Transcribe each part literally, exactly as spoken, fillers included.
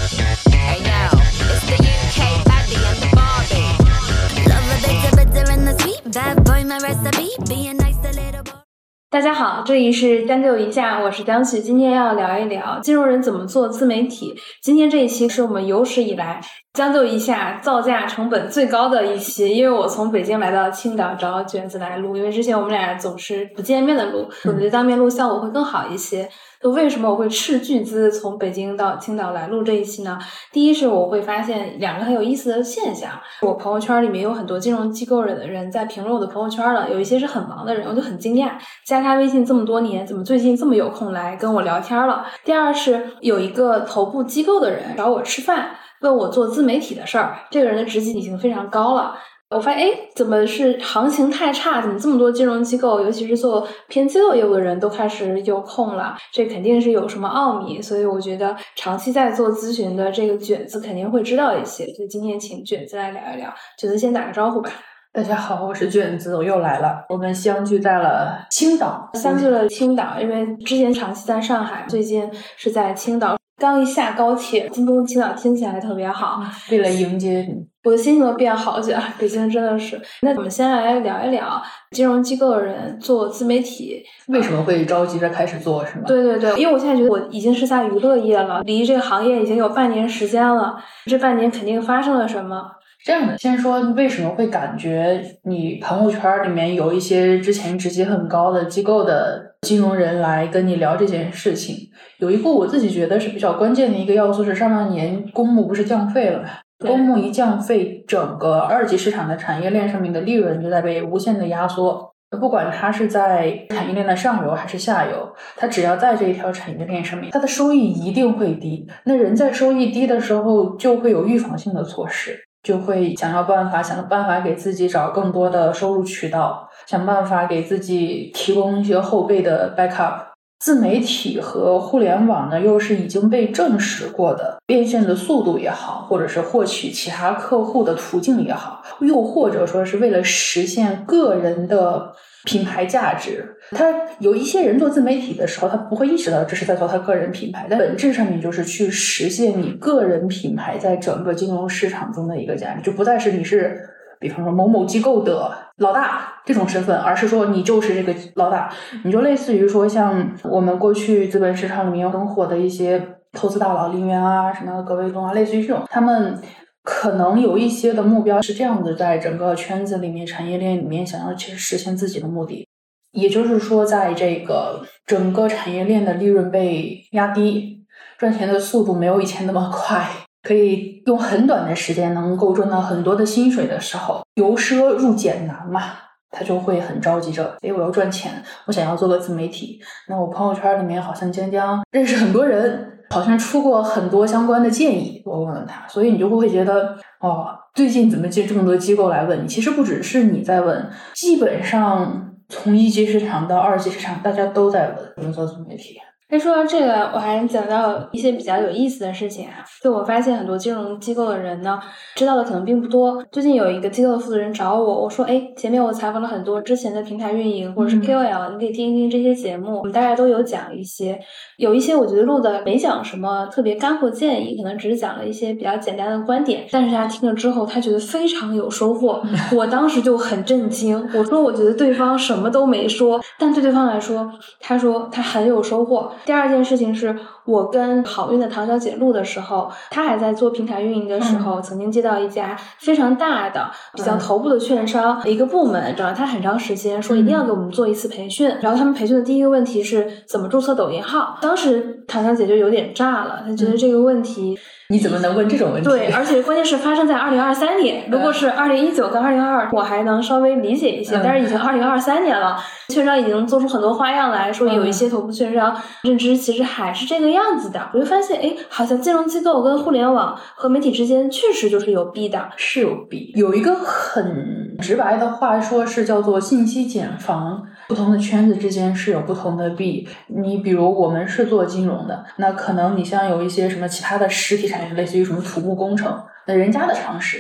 Hey yo, it's the U K baddie and the Barbie. Love a bitter, bitter and the sweet. Bad boy, my recipe. Be a nice little boy. 大家好，这里是将就一下，我是江旭，今天要聊一聊金融人怎么做自媒体。今天这一期是我们有史以来将就一下造价成本最高的一期，因为我从北京来到青岛找卷子来录，因为之前我们俩总是不见面的录，我觉得当面录效果会更好一些。就为什么我会斥巨资从北京到青岛来录这一期呢？第一是我会发现两个很有意思的现象，我朋友圈里面有很多金融机构人的人在评论我的朋友圈了，有一些是很忙的人，我就很惊讶，加他微信这么多年，怎么最近这么有空来跟我聊天了？第二是有一个头部机构的人找我吃饭，问我做自媒体的事儿，这个人的职级已经非常高了。我发现哎，怎么是行情太差，怎么这么多金融机构尤其是做偏机构业务的人都开始有空了，这肯定是有什么奥秘，所以我觉得长期在做咨询的这个卷子肯定会知道一些，所以今天请卷子来聊一聊。卷子先打个招呼吧。 大家好，我是卷子，我又来了。我们相聚在了青岛， 相聚了青岛，因为之前长期在上海，最近是在青岛。刚一下高铁，京东青岛天气还特别好， 为了迎接你， 我的心情都变好起来。北京真的是。那我们先来聊一聊金融机构的人做自媒体为什么会着急着开始做，是吗？ 对对对，因为我现在觉得我已经是在娱乐业了，离这个行业已经有半年时间了，这半年肯定发生了什么。 这样的，先说为什么会感觉你朋友圈里面有一些之前职级很高的机构的金融人来跟你聊这件事情。有一个我自己觉得是比较关键的一个要素是上半年公募不是降费了吗？公募一降费，整个二级市场的产业链上面的利润就在被无限的压缩。不管它是在产业链的上游还是下游，它只要在这一条产业链上面，它的收益一定会低。那人在收益低的时候就会有预防性的措施，就会想要办法想办法给自己找更多的收入渠道，想办法给自己提供一些后备的 backup。自媒体和互联网呢，又是已经被证实过的变现的速度也好，或者是获取其他客户的途径也好，又或者说是为了实现个人的品牌价值。他有一些人做自媒体的时候，他不会意识到这是在做他个人品牌，但本质上面就是去实现你个人品牌在整个金融市场中的一个价值，就不再是你是比方说某某机构的老大这种身份，而是说你就是这个老大。你就类似于说像我们过去资本市场里面很火的一些投资大佬林园啊，什么葛卫东啊，类似于这种，他们可能有一些的目标是这样子，在整个圈子里面产业链里面想要去实现自己的目的，也就是说在这个整个产业链的利润被压低，赚钱的速度没有以前那么快，可以用很短的时间能够赚到很多的薪水的时候，由奢入俭难嘛，他就会很着急着，诶，我要赚钱，我想要做个自媒体。那我朋友圈里面好像江江认识很多人，好像出过很多相关的建议，我问问他，所以你就会觉得哦，最近怎么这么多机构来问你？其实不只是你在问，基本上从一级市场到二级市场，大家都在问怎么做自媒体。 哎，说到这个，我还讲到一些比较有意思的事情啊。就我发现很多金融机构的人呢，知道的可能并不多。最近有一个机构的负责人找我，我说，哎，前面我采访了很多之前的平台运营或者是 K O L，、嗯、你可以听一听这些节目，我们大概都有讲一些，有一些我觉得录的没讲什么特别干货建议，可能只是讲了一些比较简单的观点，但是他听了之后，他觉得非常有收获。我当时就很震惊，我说我觉得对方什么都没说，但对对方来说，他说他很有收获。第二件事情是我跟好运的唐小姐录的时候，她还在做平台运营的时候、嗯、曾经接到一家非常大的比较头部的券商、嗯、一个部门找了她很长时间，说一定要给我们做一次培训、嗯、然后他们培训的第一个问题是怎么注册抖音号。当时唐小姐就有点炸了，她觉得这个问题、嗯、 你怎么能问这种问题？ 对，而且关键是发生在二零二三年，如果是二零一九跟二零二二我还能稍微理解一些、嗯、但是已经二零二三年了，券商已经做出很多花样来说，有一些头部券商认知其实还是这个样子的。我就发现哎，好像金融机构跟互联网和媒体之间确实就是有弊的。 是有弊，有一个很直白的话说是叫做信息茧房，不同的圈子之间是有不同的弊。你比如我们是做金融的，那可能你像有一些什么其他的实体产业，类似于什么土木工程，那人家的常识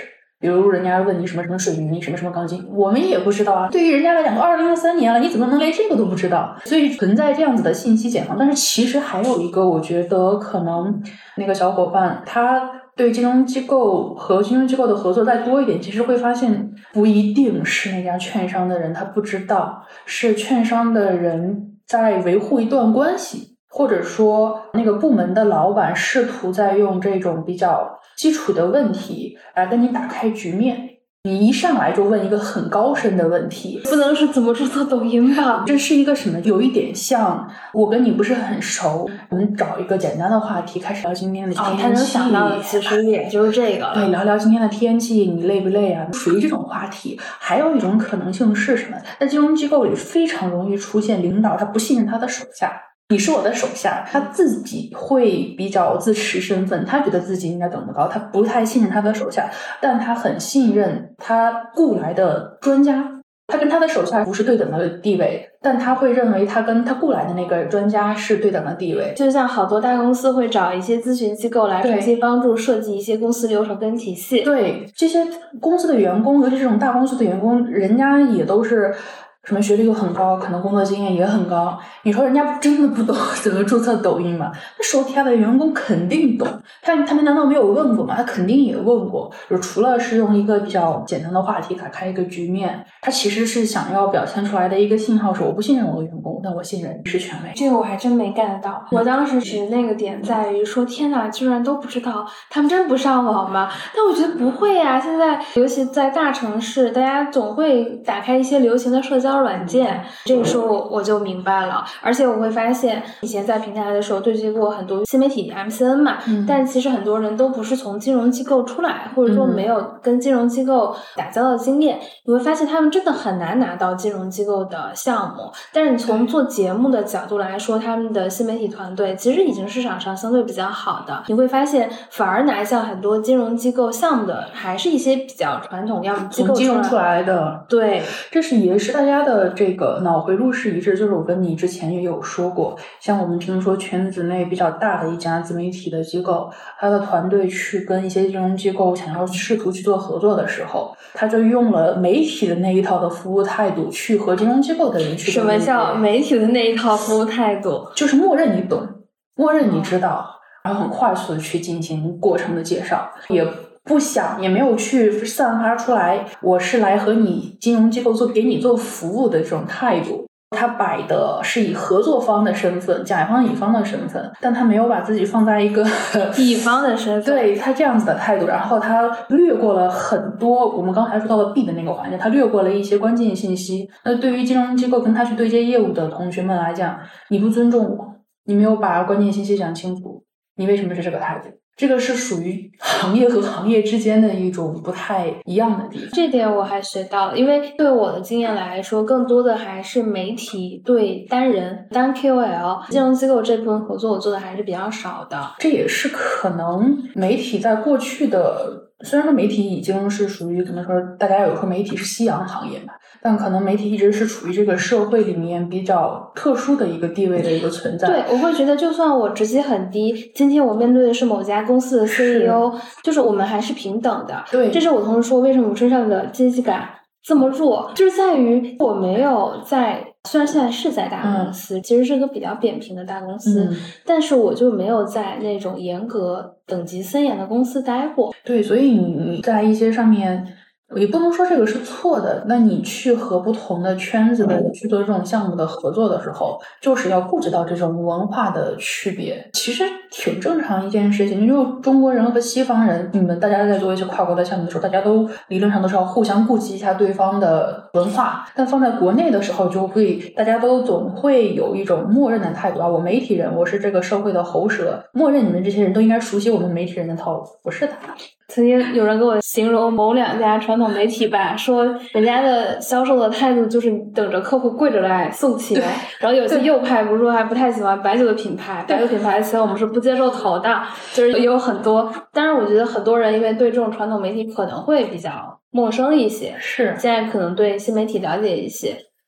比如人家问你什么什么水泥，什么什么钢筋，我们也不知道啊。对于人家来讲，都二零二三年了，你怎么能连这个都不知道？所以存在这样子的信息茧房。但是其实还有一个，我觉得可能那个小伙伴他对金融机构和金融机构的合作再多一点，其实会发现不一定是那家券商的人他不知道，是券商的人在维护一段关系。或者说那个部门的老板试图在用这种比较基础的问题来跟你打开局面，你一上来就问一个很高深的问题， 不能是怎么注册抖音吧？ 这是一个什么？有一点像我跟你不是很熟，我们找一个简单的话题开始聊今天的天气。 哦，他能想到的其实也就是这个。 对，聊聊今天的天气，你累不累啊？属于这种话题。还有一种可能性是什么？在金融机构里非常容易出现领导他不信任他的手下。你是我的手下，他自己会比较自持身份，他觉得自己应该等得高，他不太信任他的手下，但他很信任他雇来的专家。他跟他的手下不是对等的地位，但他会认为他跟他雇来的那个专家是对等的地位。 就像好多大公司会找一些咨询机构来长期帮助设计一些公司流程跟体系。 对，这些公司的员工，尤其这种大公司的员工，人家也都是什么学历又很高，可能工作经验也很高。你说人家真的不懂怎么注册抖音吗？那手底下的员工肯定懂，他他们难道没有问过吗？他肯定也问过。就除了是用一个比较简单的话题打开一个局面，他其实是想要表现出来的一个信号是我不信任我的员工，但我信任你是权威。 这个我还真没 get 到。我当时是那个点在于说，天哪，居然都不知道，他们真不上网吗？但我觉得不会呀、啊，现在尤其在大城市，大家总会打开一些流行的社交软件，这个时候我就明白了。而且我会发现，以前在平台的时候对接过很多新媒体 M C N 嘛，嗯、但其实很多人都不是从金融机构出来，或者说没有跟金融机构打交道的经验，你会发现他们真的很难拿到金融机构的项目。但是你从做节目的角度来说，他们的新媒体团队其实已经市场上相对比较好的，你会发现反而拿下很多金融机构项目的还是一些比较传统要么机构从金融出来的。 对， 这是也是大家的这个脑回路是一致，就是我跟你之前也有说过，像我们听说圈子内比较大的一家自媒体的机构，他的团队去跟一些金融机构想要试图去做合作的时候，他就用了媒体的那一套的服务态度去和金融机构的人去。 什么叫媒体的那一套服务态度？ 就是默认你懂，默认你知道，然后很快速的去进行过程的介绍，也不想也没有去散发出来我是来和你金融机构做给你做服务的这种态度。他摆的是以合作方的身份，甲方乙方的身份，但他没有把自己放在一个乙方的身份， 对他这样子的态度，然后他略过了很多我们刚才说到的 B 的那个环节，他略过了一些关键信息。那对于金融机构跟他去对接业务的同学们来讲，你不尊重我，你没有把关键信息讲清楚，你为什么是这个态度？这个是属于行业和行业之间的一种不太一样的地方。 这点我还学到了，因为对我的经验来说，更多的还是媒体对单人单 K O L 金融机构这部分合作我做的还是比较少的。 这也是可能媒体在过去的，虽然说媒体已经是属于怎么说，大家有说媒体是夕阳行业嘛，但可能媒体一直是处于这个社会里面比较特殊的一个地位的一个存在。 对，我会觉得就算我职级很低，今天我面对的是某家公司的 C E O， 就是我们还是平等的。 对， 这是我同事说为什么我身上的阶级感这么弱，就是在于我没有在，虽然现在是在大公司、嗯、其实是个比较扁平的大公司、嗯、但是我就没有在那种严格等级森严的公司待过。 对，所以你在一些上面也不能说这个是错的，那你去和不同的圈子的人去做这种项目的合作的时候，就是要顾及到这种文化的区别，其实挺正常一件事情。就中国人和西方人，你们大家在做一些跨国的项目的时候，大家都理论上都是要互相顾及一下对方的文化，但放在国内的时候就会大家都总会有一种默认的态度啊，我媒体人，我是这个社会的喉舌，默认你们这些人都应该熟悉我们媒体人的套路，不是的。 曾经有人给我形容某两家传统媒体吧，说人家的销售的态度就是等着客户跪着来送钱，然后有些右派不是说还不太喜欢白酒的品牌，白酒品牌的钱我们是不接受投的，就是也有很多。当然我觉得很多人因为对这种传统媒体可能会比较陌生一些， 是现在可能对新媒体了解一些，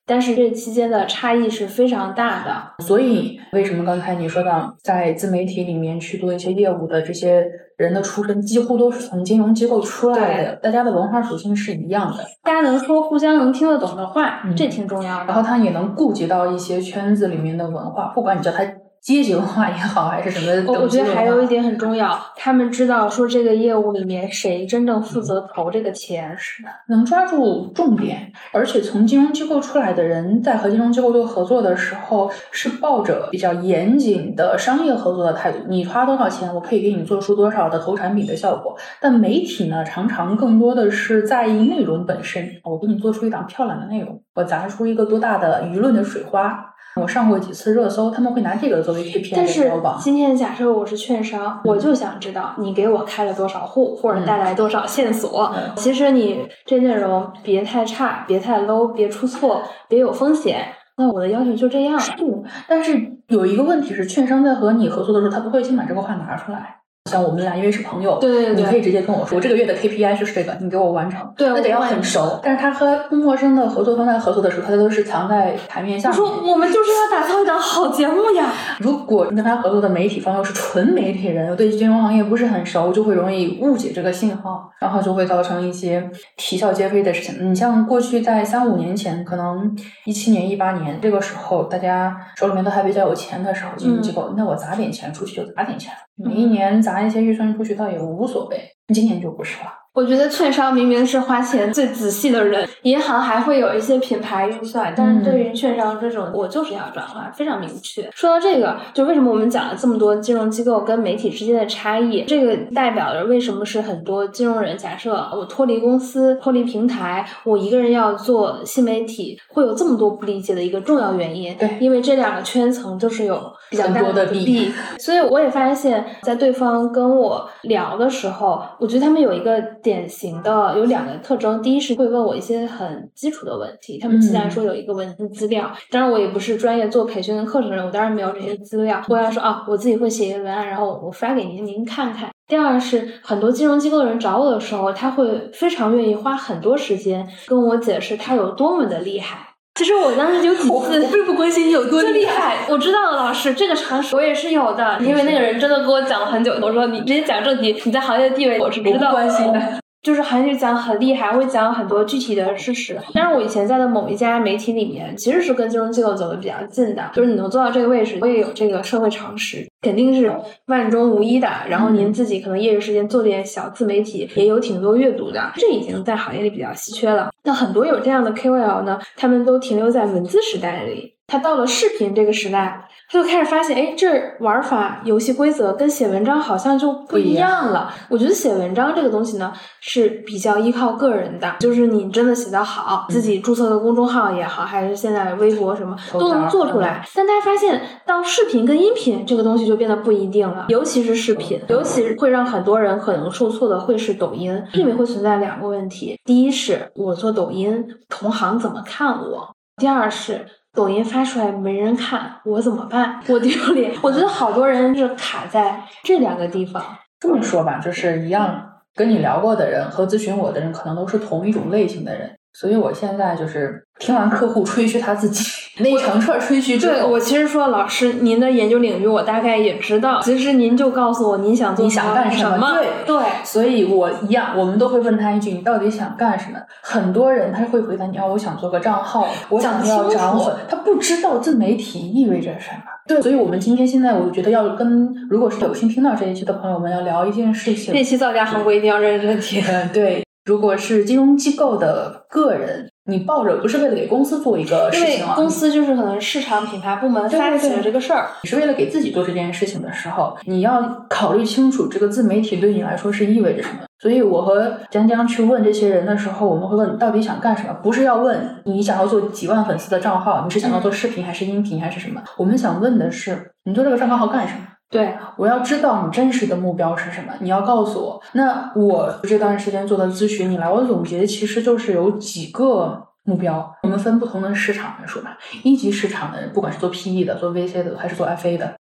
但是这期间的差异是非常大的。 所以为什么刚才你说到在自媒体里面去做一些业务的这些人的出身几乎都是从金融机构出来的，大家的文化属性是一样的， 大家能说互相能听得懂的话、嗯、这挺重要的。 然后他也能顾及到一些圈子里面的文化，不管你叫他阶级文化也好还是什么等级文化， 我觉得还有一点很重要，他们知道说这个业务里面谁真正负责投这个钱，是的， 能抓住重点。而且从金融机构出来的人在和金融机构做合作的时候是抱着比较严谨的商业合作的态度，你花多少钱我可以给你做出多少的投产品的效果。但媒体呢常常更多的是在意内容本身，我给你做出一档漂亮的内容，我砸出一个多大的舆论的水花，我上过几次热搜，他们会拿这个作为 K P I 的标榜。 但是今天假设我是券商、嗯、我就想知道你给我开了多少户或者带来多少线索、嗯、其实你这内容别太差，别太 low， 别出错，别有风险，那我的要求就这样。 是，但是有一个问题是，券商在和你合作的时候他不会先把这个话拿出来，像我们俩因为是朋友， 对对对， 你可以直接跟我说我这个月的 K P I 就是这个，你给我完成。 对， 那得要很熟。但是他和陌生的合作方在合作的时候，他都是藏在台面下面。 我说我们就是要打造一档好节目呀。 如果跟他合作的媒体方又是纯媒体人，对金融行业不是很熟，就会容易误解这个信号，然后就会造成一些啼笑皆非的事情。你像过去在三五年前，可能一七年、一八年这个时候，大家手里面都还比较有钱的时候，金融机构、嗯、那我砸点钱出去就砸点钱，每一年砸一些预算出去倒也无所谓。今年就不是了。 我觉得券商明明是花钱最仔细的人，银行还会有一些品牌预算，但是对于券商这种、嗯、我就是要转化非常明确。说到这个，就为什么我们讲了这么多金融机构跟媒体之间的差异，这个代表着为什么是很多金融人假设我脱离公司脱离平台，我一个人要做新媒体会有这么多不理解的一个重要原因。 对， 因为这两个圈层就是有比较大的弊，所以我也发现在对方跟我聊的时候，我觉得他们有一个典型的有两个特征。第一是会问我一些很基础的问题，他们既然说有一个文字资料、嗯、当然我也不是专业做培训跟课程的人，我当然没有这些资料，我要说啊，我自己会写一个文案，然后我发给您您看看。第二是很多金融机构的人找我的时候，他会非常愿意花很多时间跟我解释他有多么的厉害。其实我当时有几次我并不关心你有多厉害，我知道了老师这个常识我也是有的，因为那个人真的跟我讲了很久，我说你直接讲正题，你在行业的地位我是知道的， 我不关心的。 就是行业讲很厉害，会讲很多具体的事实。但是我以前在的某一家媒体里面其实是跟金融机构走的比较近的，就是你能做到这个位置，我也有这个社会常识，肯定是万中无一的。然后您自己可能业余时间做点小自媒体，也有挺多阅读的，这已经在行业里比较稀缺了。那很多有这样的 K O L 呢，他们都停留在文字时代里，他到了视频这个时代，他就开始发现，哎，这玩法游戏规则跟写文章好像就不一样了。我觉得写文章这个东西呢是比较依靠个人的，就是你真的写得好、嗯、自己注册个公众号也好，还是现在微博什么都能做出来。但大家发现到视频跟音频这个东西就变得不一定了，尤其是视频，尤其会让很多人可能受挫的会是抖音。这里面会存在两个问题，第一是我做抖音同行怎么看我，第二是抖音发出来没人看我怎么办，我丢脸。我觉得好多人是卡在这两个地方。 这么说吧，就是一样跟你聊过的人和咨询我的人可能都是同一种类型的人，所以我现在就是听完客户吹嘘他自己那一长串吹嘘之后， 对，我其实说老师您的研究领域我大概也知道，其实您就告诉我您想做你想干什么。对对， 所以我一样，我们都会问他一句你到底想干什么。很多人他会回答你要我想做个账号，我想要涨粉，他不知道自媒体意味着什么。对，所以我们今天现在我觉得要跟如果是有幸听到这一期的朋友们要聊一件事情， 这期造价行规一定要认真听。 嗯，对，如果是金融机构的个人，你抱着不是为了给公司做一个事情啊， 因为公司就是可能市场品牌部门发起了这个事儿， 你是为了给自己做这件事情的时候，你要考虑清楚这个自媒体对你来说是意味着什么。所以我和江江去问这些人的时候，我们会问你到底想干什么，不是要问你想要做几万粉丝的账号，你是想要做视频还是音频还是什么，我们想问的是你做这个账号干什么。 对， 我要知道你真实的目标是什么，你要告诉我。那我这段时间做的咨询，你来我总结其实就是有几个目标，我们分不同的市场来说吧。一级市场的人，不管是做 P E 的、做 V C 的还是做 F A 的，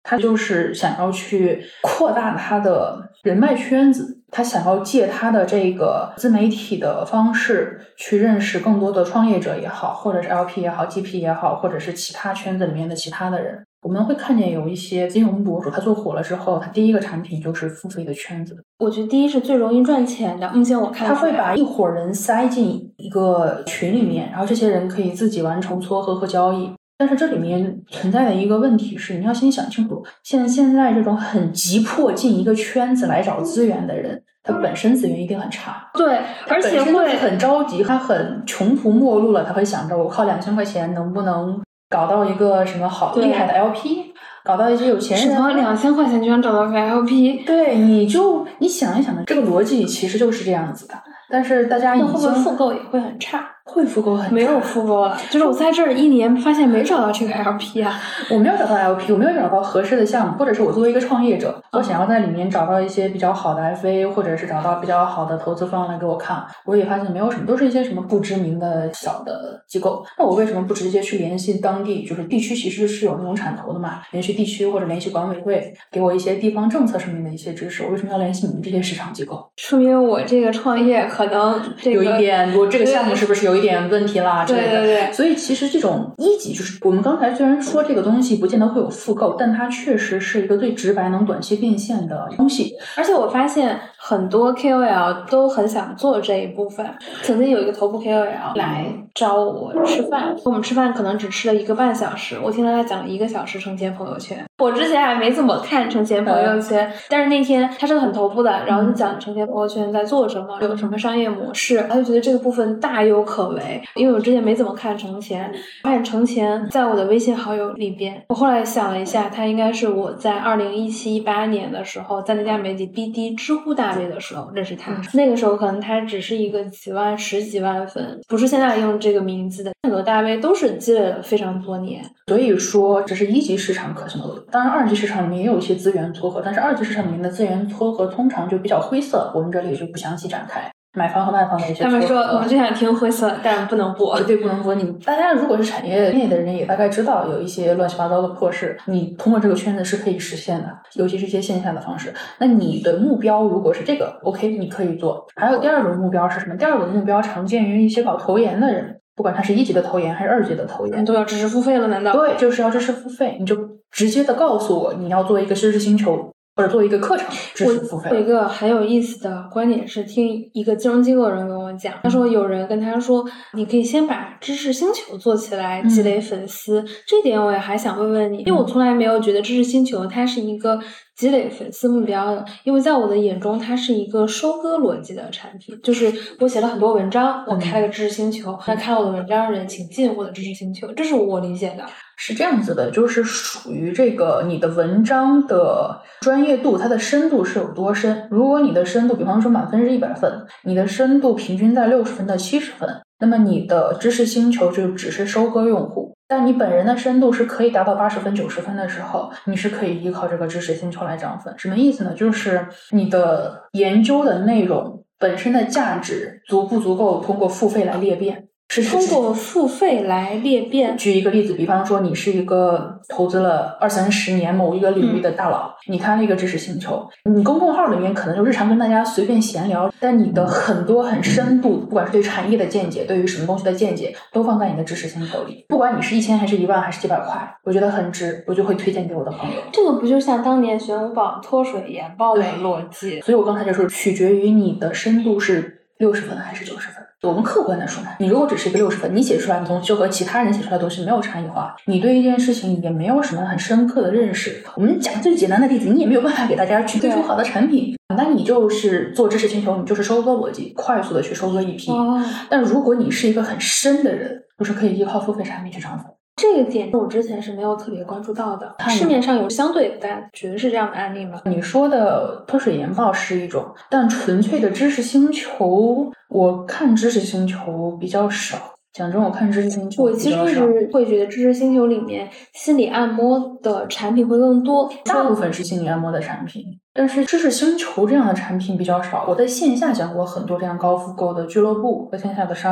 他就是想要去扩大他的人脉圈子，他想要借他的这个自媒体的方式去认识更多的创业者也好，或者是 L P 也好 G P 也好，或者是其他圈子里面的其他的人。我们会看见有一些金融博主，他做火了之后，他第一个产品就是付费的圈子。 我觉得第一是最容易赚钱的，目前我看他会把一伙人塞进一个群里面，然后这些人可以自己完成撮合和交易。但是这里面存在的一个问题是，你要先想清楚，现现在这种很急迫进一个圈子来找资源的人，他本身资源一定很差。 对，而且会很着急，他很穷途末路了，他会想着我靠两千块钱能不能搞到一个什么好厉害的 L P， 搞到一些有钱人。 什么两千块钱就能找到个 L P？ 对，你就你想一想呢，这个逻辑其实就是这样子的。但是大家已经会不会复购也会很差？ 会复购很差， 没有复购了。就是我在这儿一年发现没找到这个 L P 啊， 我没有找到 L P， 我没有找到合适的项目，或者是我作为一个创业者，我想要在里面找到一些比较好的 F A， 或者是找到比较好的投资方来给我看，我也发现没有什么，都是一些什么不知名的小的机构。那我为什么不直接去联系当地，就是地区其实是有那种产投的嘛，联系地区或者联系管委会，给我一些地方政策上面的一些知识。我为什么要联系你们这些市场机构？ 说明我这个创业可能、这个、 有一点，我这个项目是不是有一点问题啦之类的。 对对对。 所以其实这种一级，就是我们刚才虽然说这个东西不见得会有复购，但它确实是一个最直白能短期变现的东西。 而且我发现很多 K O L 都很想做这一部分。曾经有一个头部 K O L 来找我吃饭，我们吃饭可能只吃了一个半小时，我听了他讲了一个小时成千朋友圈。我之前还没怎么看成千朋友圈、嗯、但是那天他是个很头部的，然后就讲成千朋友圈在做什么、嗯、有什么商业模式，他就觉得这个部分大有可为。因为我之前没怎么看程前，发现程前在我的微信好友里边，我后来想了一下，他应该是我在二零一七一八年的时候在那家媒体 B D 知乎大 V 的时候认识他、嗯、那个时候可能他只是一个几万十几万粉，不是现在用这个名字的。很多大 V 都是积累了非常多年， 所以说这是一级市场可行的路。当然二级市场里面也有一些资源撮合，但是二级市场里面的资源撮合通常就比较灰色，我们这里就不详细展开。买方和卖方的一些， 他们说我们就想听灰色，但不能播， 对，不能播。你大家如果是产业内的人，也大概知道有一些乱七八糟的破事，你通过这个圈子是可以实现的，尤其是一些线下的方式。那你的目标如果是这个 ，OK， 你可以做。还有第二种目标是什么？第二种目标常见于一些搞投研的人，不管他是一级的投研还是二级的投研， 都要知识付费了，难道？ 对，就是要知识付费。你就直接的告诉我，你要做一个知识星球。或者做一个课程知识付费。 我有一个很有意思的观点是听一个金融机构的人跟我讲，他说有人跟他说你可以先把知识星球做起来积累粉丝、嗯、这点我也还想问问你，因为我从来没有觉得知识星球它是一个积累粉丝目标的，因为在我的眼中它是一个收割逻辑的产品，就是我写了很多文章，我开了个知识星球，那、嗯、看了我的文章的人请进我的知识星球，这是我理解的。 是这样子的，就是属于这个你的文章的专业度，它的深度是有多深。如果你的深度比方说满分是一百分，你的深度平均在六十分到七十分，那么你的知识星球就只是收割用户。但你本人的深度是可以达到八十分九十分的时候，你是可以依靠这个知识星球来涨粉。什么意思呢？就是你的研究的内容本身的价值足不足够通过付费来裂变，是通过付费来裂变。 举一个例子，比方说你是一个投资了二三十年某一个领域的大佬、嗯、你开了一个知识星球，你公众号里面可能就日常跟大家随便闲聊，但你的很多很深度，不管是对产业的见解，对于什么东西的见解，都放在你的知识星球里。不管你是一千还是一万还是几百块，我觉得很值，我就会推荐给我的朋友。 这个不就像当年玄武榜脱水研报的逻辑？ 所以我刚才就说取决于你的深度是六十分还是九十分。我们客观的说，你如果只是一个六十分，你写出来的东西就和其他人写出来的东西没有差异化，你对一件事情也没有什么很深刻的认识。我们讲最简单的例子，你也没有办法给大家去推出好的产品，那你就是做知识星球，你就是收割逻辑，快速的去收割一批、哦、但如果你是一个很深的人，就是可以依靠付费产品去涨粉。 这个点我之前是没有特别关注到的，市面上有相对大家觉得是这样的案例吗？ 你说的脱水研报是一种，但纯粹的知识星球，我看知识星球比较少。讲真，我看知识星球我其实一直会觉得知识星球里面心理按摩的产品会更多， 大部分是心理按摩的产品，但是知识星球这样的产品比较少。我在线下讲过很多这样高复购的俱乐部和线下的沙龙，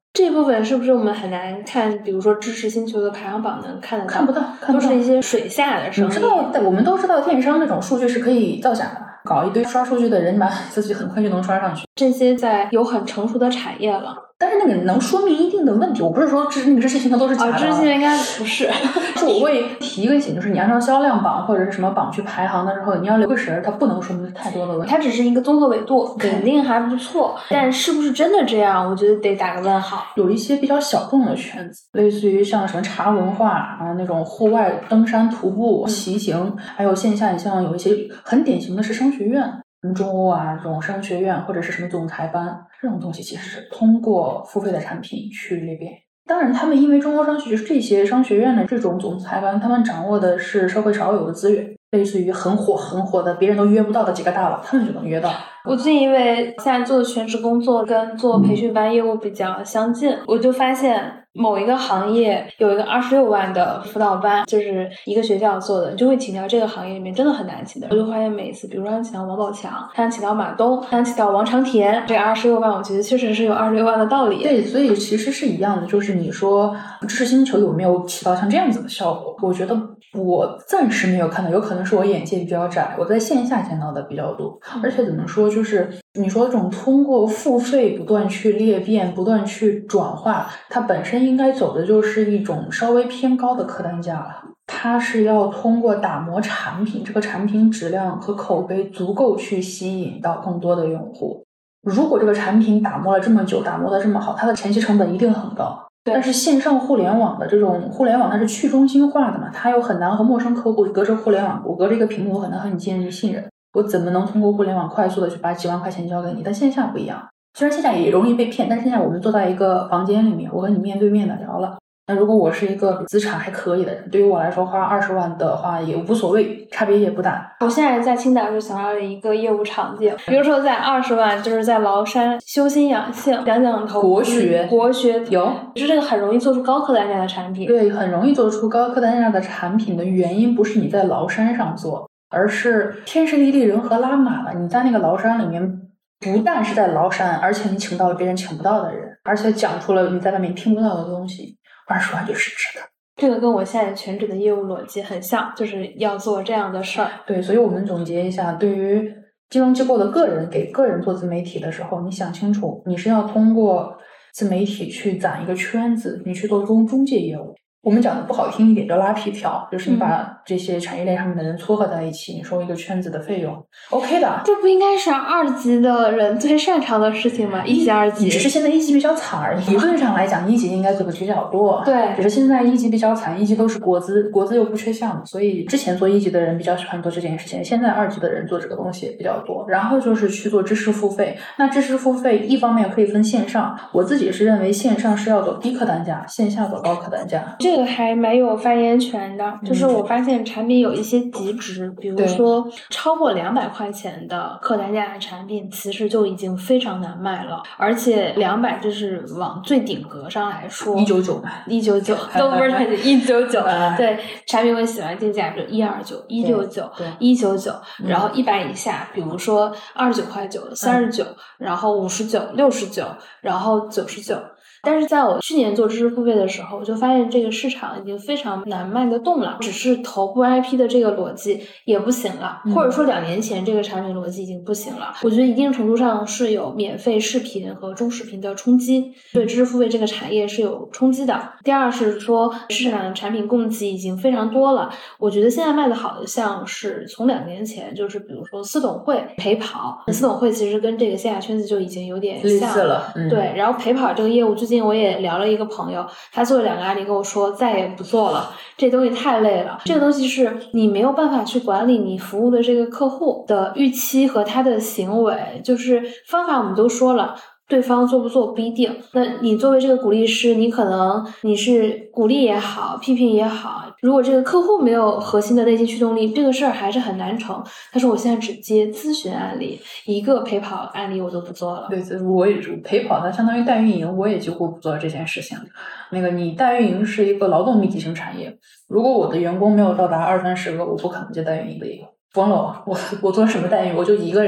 这部分是不是我们很难看？比如说知识星球的排行榜能看得到？ 看不到，看不到， 都是一些水下的生意。 你知道，我们都知道电商这种数据是可以造假的，搞一堆刷数据的人把自己很快就能刷上去。 这些在有很成熟的产业了。 但是那个能说明一定的问题，我不是说知那个知识星球都是假的， 哦，知识星球应该不是。 是我会提一个醒，就是你按照销量榜或者是什么榜去排行的时候，你要留个神，它不能说明太多的问题。 它只是一个综合维度，肯定还不错，但是不是真的这样，我觉得得打个问号。 有一些比较小众的圈子，类似于像什么茶文化啊，那种户外登山、徒步、骑行，还有线下，你像有一些很典型的是商学院。什么中欧啊，这种商学院或者是什么总裁班，这种东西其实是通过付费的产品去裂变。当然，他们因为中欧商学就是这些商学院的这种总裁班，他们掌握的是社会少有的资源，类似于很火很火的别人都约不到的几个大佬，他们就能约到。 我最近因为现在做的全职工作跟做培训班业务比较相近，我就发现某一个行业有一个二十六万的辅导班，就是一个学校做的，你就会请到这个行业里面真的很难请的。我就发现每一次，比如说请到王宝强，他请到马东，他请到王长田，这二十六万，我觉得确实是有二十六万的道理。 对，所以其实是一样的，就是你说知识星球有没有起到像这样子的效果？我觉得我暂时没有看到，有可能是我眼界比较窄，我在线下见到的比较多。而且怎么说，就是你说这种通过付费不断去裂变、不断去转化，它本身应该走的就是一种稍微偏高的客单价了。它是要通过打磨产品，这个产品质量和口碑足够去吸引到更多的用户。如果这个产品打磨了这么久，打磨的这么好，它的前期成本一定很高。但是线上互联网的这种互联网，它是去中心化的嘛，它又很难和陌生客户隔着互联网，我隔着一个屏幕，我很难和你建立信任。我怎么能通过互联网快速的去把几万块钱交给你？但线下不一样，虽然线下也容易被骗，但是现在我们坐在一个房间里面，我和你面对面的聊了。那如果我是一个资产还可以的人，对于我来说花二十万的话也无所谓，差别也不大。 我现在在青岛就想到了一个业务场景，比如说在二十万，就是在崂山修心养性，讲讲投资国学， 国学有， 就是这个很容易做出高客单价的产品。 对，很容易做出高客单价的产品的原因不是你在崂山上做，而是天时地利人和拉满了。你在那个崂山里面，不但是在崂山，而且你请到了别人请不到的人，而且讲出了你在外面听不到的东西，二十万就是值的。 这个跟我现在全职的业务逻辑很像，就是要做这样的事儿。 对，所以我们总结一下，对于金融机构的个人给个人做自媒体的时候，你想清楚，你是要通过自媒体去攒一个圈子，你去做中中介业务。我们讲的不好听一点叫拉皮条，就是你把这些产业链上面的人撮合在一起，你收一个圈子的费用 OK 的。 这不应该是二级的人最擅长的事情吗？一级二级只是现在一级比较惨而已，理论上来讲一级应该做的比较多， 对， 只是现在一级比较惨，一级都是国资，国资又不缺项目，所以之前做一级的人比较喜欢做这件事情，现在二级的人做这个东西也比较多。然后就是去做知识付费，那知识付费一方面可以分线上，我自己是认为线上是要走低客单价，线下走高客单价。 这个还蛮有发言权的，就是我发现产品有一些极值，比如说超过两百块钱的客单价的产品，其实就已经非常难卖了，而且两百就是往最顶格上来说， 一九九， 一九九都不是太一九九，对，产品我喜欢定价，比如一二九、一六九、一九九，然后一百以下，比如说二十九块九、三十九，然后五十九、六十九，然后九十九。但是在我去年做知识付费的时候，我就发现这个市场已经非常难卖得动了，只是头部 I P 的这个逻辑也不行了，或者说两年前这个产品逻辑已经不行了。我觉得一定程度上是有免费视频和中视频的冲击，对知识付费这个产业是有冲击的。第二是说市场上的产品供给已经非常多了，我觉得现在卖的好的像是从两年前，就是比如说私董会、陪跑，私董会其实跟这个线下圈子就已经有点像了，嗯、 对，然后陪跑这个业务最近我也聊了一个朋友，他做了两个案例跟我说再也不做了，这东西太累了，这个东西是你没有办法去管理你服务的这个客户的预期和他的行为，就是方法我们都说了，对方做不做不一定，那你作为这个鼓励师，你可能你是鼓励也好，批评也好，如果这个客户没有核心的内心驱动力，这个事儿还是很难成。他说我现在只接咨询案例，一个陪跑案例我都不做了。 对，我也陪跑它相当于代运营，我也几乎不做这件事情。那个你代运营是一个劳动密集型产业，如果我的员工没有到达二三十个，我不可能接代运营的业务，疯了我我我做什么代运营，我就一个人。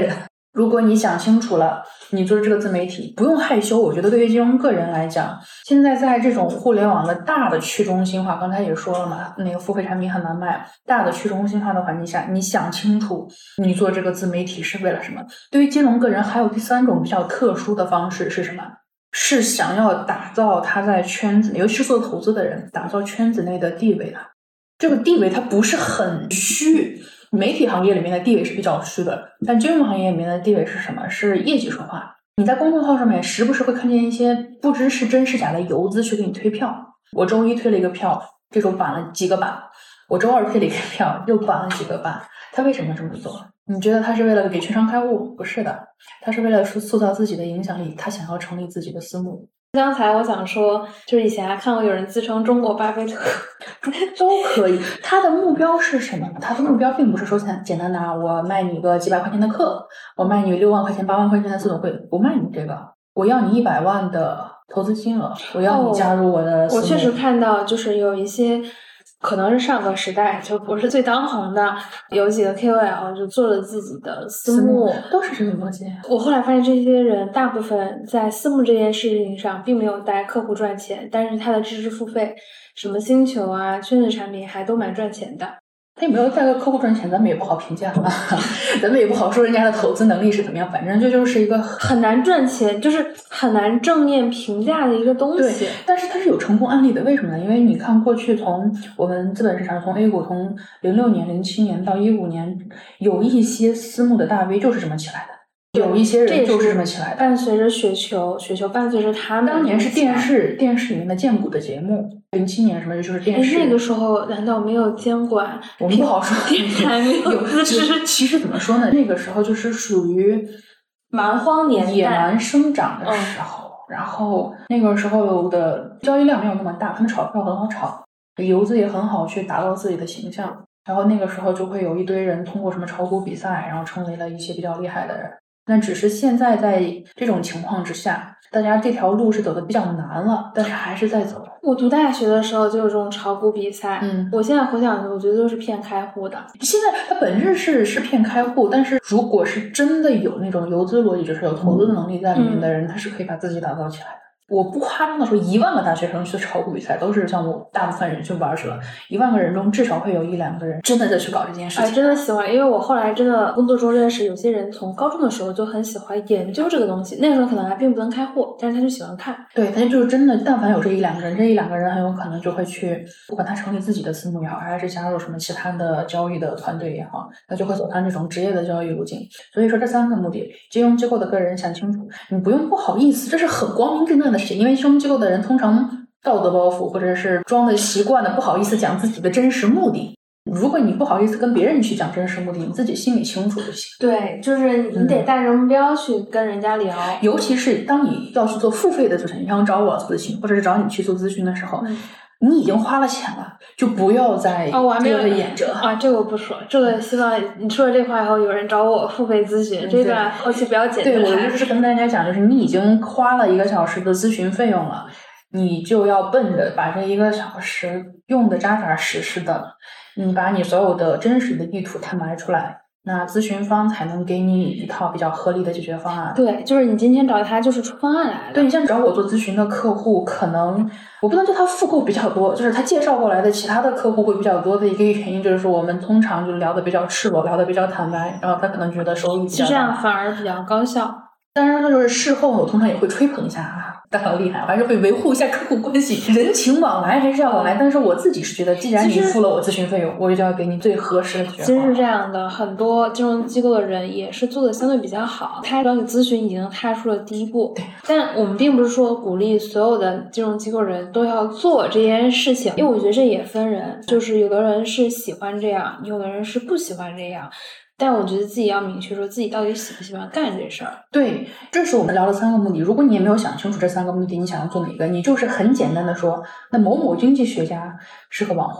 如果你想清楚了，你做这个自媒体不用害羞。我觉得对于金融个人来讲，现在在这种互联网的大的去中心化，刚才也说了嘛，那个付费产品很难卖，大的去中心化的环境下，你想清楚你做这个自媒体是为了什么。对于金融个人还有第三种比较特殊的方式是什么？是想要打造他在圈子，尤其是做投资的人，打造圈子内的地位的。这个地位它不是很虚，媒体行业里面的地位是比较虚的，但金融行业里面的地位是什么？是业绩说话。你在公众号上面时不时会看见一些不知是真是假的游资去给你推票。我周一推了一个票，这周板了几个板；我周二推了一个票，又板了几个板。他为什么这么做？你觉得他是为了给券商开户？不是的，他是为了塑造自己的影响力，他想要成立自己的私募。 刚才我想说，就是以前还看过有人自称中国巴菲特， 都可以。他的目标是什么？他的目标并不是说简单的啊，我卖你个几百块钱的课，我卖你六万块钱、八万块钱的私董会，不卖你这个，我要你一百万的投资金额，我要你加入我的私募。 哦，我确实看到，就是有一些。可能是上个时代就不是最当红的，有几个 K O L 就做了自己的私募， 都是这个逻辑。 我后来发现这些人大部分在私募这件事情上并没有带客户赚钱，但是他的知识付费，什么星球啊、圈子产品还都蛮赚钱的。 他也没有带个客户赚钱，咱们也不好评价嘛，咱们也不好说人家的投资能力是怎么样，反正这就是一个很难赚钱，就是很难正面评价的一个东西。 对，但是它是有成功案例的，为什么呢？因为你看过去从我们资本市场，从 A 股从零六年、零七年到一五年，有一些私募的大 V 就是这么起来的。有一些人就是这么起来的， 伴随着雪球，雪球伴随着他们。 当年是电视电视里面的荐股的节目，零七年什么就是电视。 那个时候难道没有监管？ 我们不好说， 还没有资质。 其实怎么说呢？那个时候就是属于蛮荒年代、 野蛮生长的时候。嗯、然后那个时候的交易量没有那么大，他们炒票很好炒，游资也很好去打造自己的形象。然后那个时候就会有一堆人通过什么炒股比赛，然后成为了一些比较厉害的人。但只是现在在这种情况之下，大家这条路是走的比较难了，但是还是在走。 我读大学的时候就有这种炒股比赛， 嗯， 我现在回想，我觉得都是骗开户的。 现在它本质是是骗开户，但是如果是真的有那种游资逻辑，就是有投资的能力在里面的人，嗯、他是可以把自己打造起来的。我不夸张的说，一万个大学生去炒股比赛都是像我大部分人去玩去了，一万个人中至少会有一两个人真的在去搞这件事情。 哎，真的喜欢，因为我后来真的工作中认识有些人，从高中的时候就很喜欢研究这个东西，那个时候可能还并不能开户，但是他就喜欢看。 对，他就是真的，但凡有这一两个人，这一两个人很有可能就会去，不管他成立自己的私募也好，还是加入什么其他的交易的团队也好，他就会走他这种职业的交易路径。所以说这三个目的，金融机构的个人想清楚，你不用不好意思，这是很光明正大的事情，因为金融机构的人通常道德包袱或者是装的习惯的不好意思讲自己的真实目的。如果你不好意思跟别人去讲真实目的，你自己心里清楚就行。 对，就是你得带着目标去跟人家聊、 嗯、尤其是当你要去做付费的咨询，你想找我咨询或者是找你去做咨询的时候、嗯、你已经花了钱了，就不要再遮着掩着、 哦、啊，这个我不说，这个希望你说了这话以后有人找我付费咨询、嗯、这段后期不要剪。 对，我就是跟大家讲，就是你已经花了一个小时的咨询费用了，你就要奔着把这一个小时用的扎扎实实的，你把你所有的真实的意图坦白出来，那咨询方才能给你一套比较合理的解决方案。 对，就是你今天找他就是出方案来的。 对，你像找我做咨询的客户，可能我不能叫他复购比较多，就是他介绍过来的其他的客户会比较多的一个原因，就是说我们通常就聊得比较赤裸，聊得比较坦白，然后他可能觉得收益比较大， 这样反而比较高效。 当然，就是事后我通常也会吹捧一下啊，他好厉害，我还是会维护一下客户关系，人情往来还是要往来。但是我自己是觉得，既然你付了我咨询费用，我就要给你最合适的解决方案。 其实是这样的，很多金融机构的人也是做的相对比较好，他找你咨询已经踏出了第一步。但我们并不是说鼓励所有的金融机构人都要做这件事情，因为我觉得这也分人，就是有的人是喜欢这样，有的人是不喜欢这样。但我觉得自己要明确说自己到底喜不喜欢干这事儿。 对，这是我们聊的三个目的。如果你也没有想清楚这三个目的，你想要做哪个，你就是很简单的说，那某某经济学家是个网红，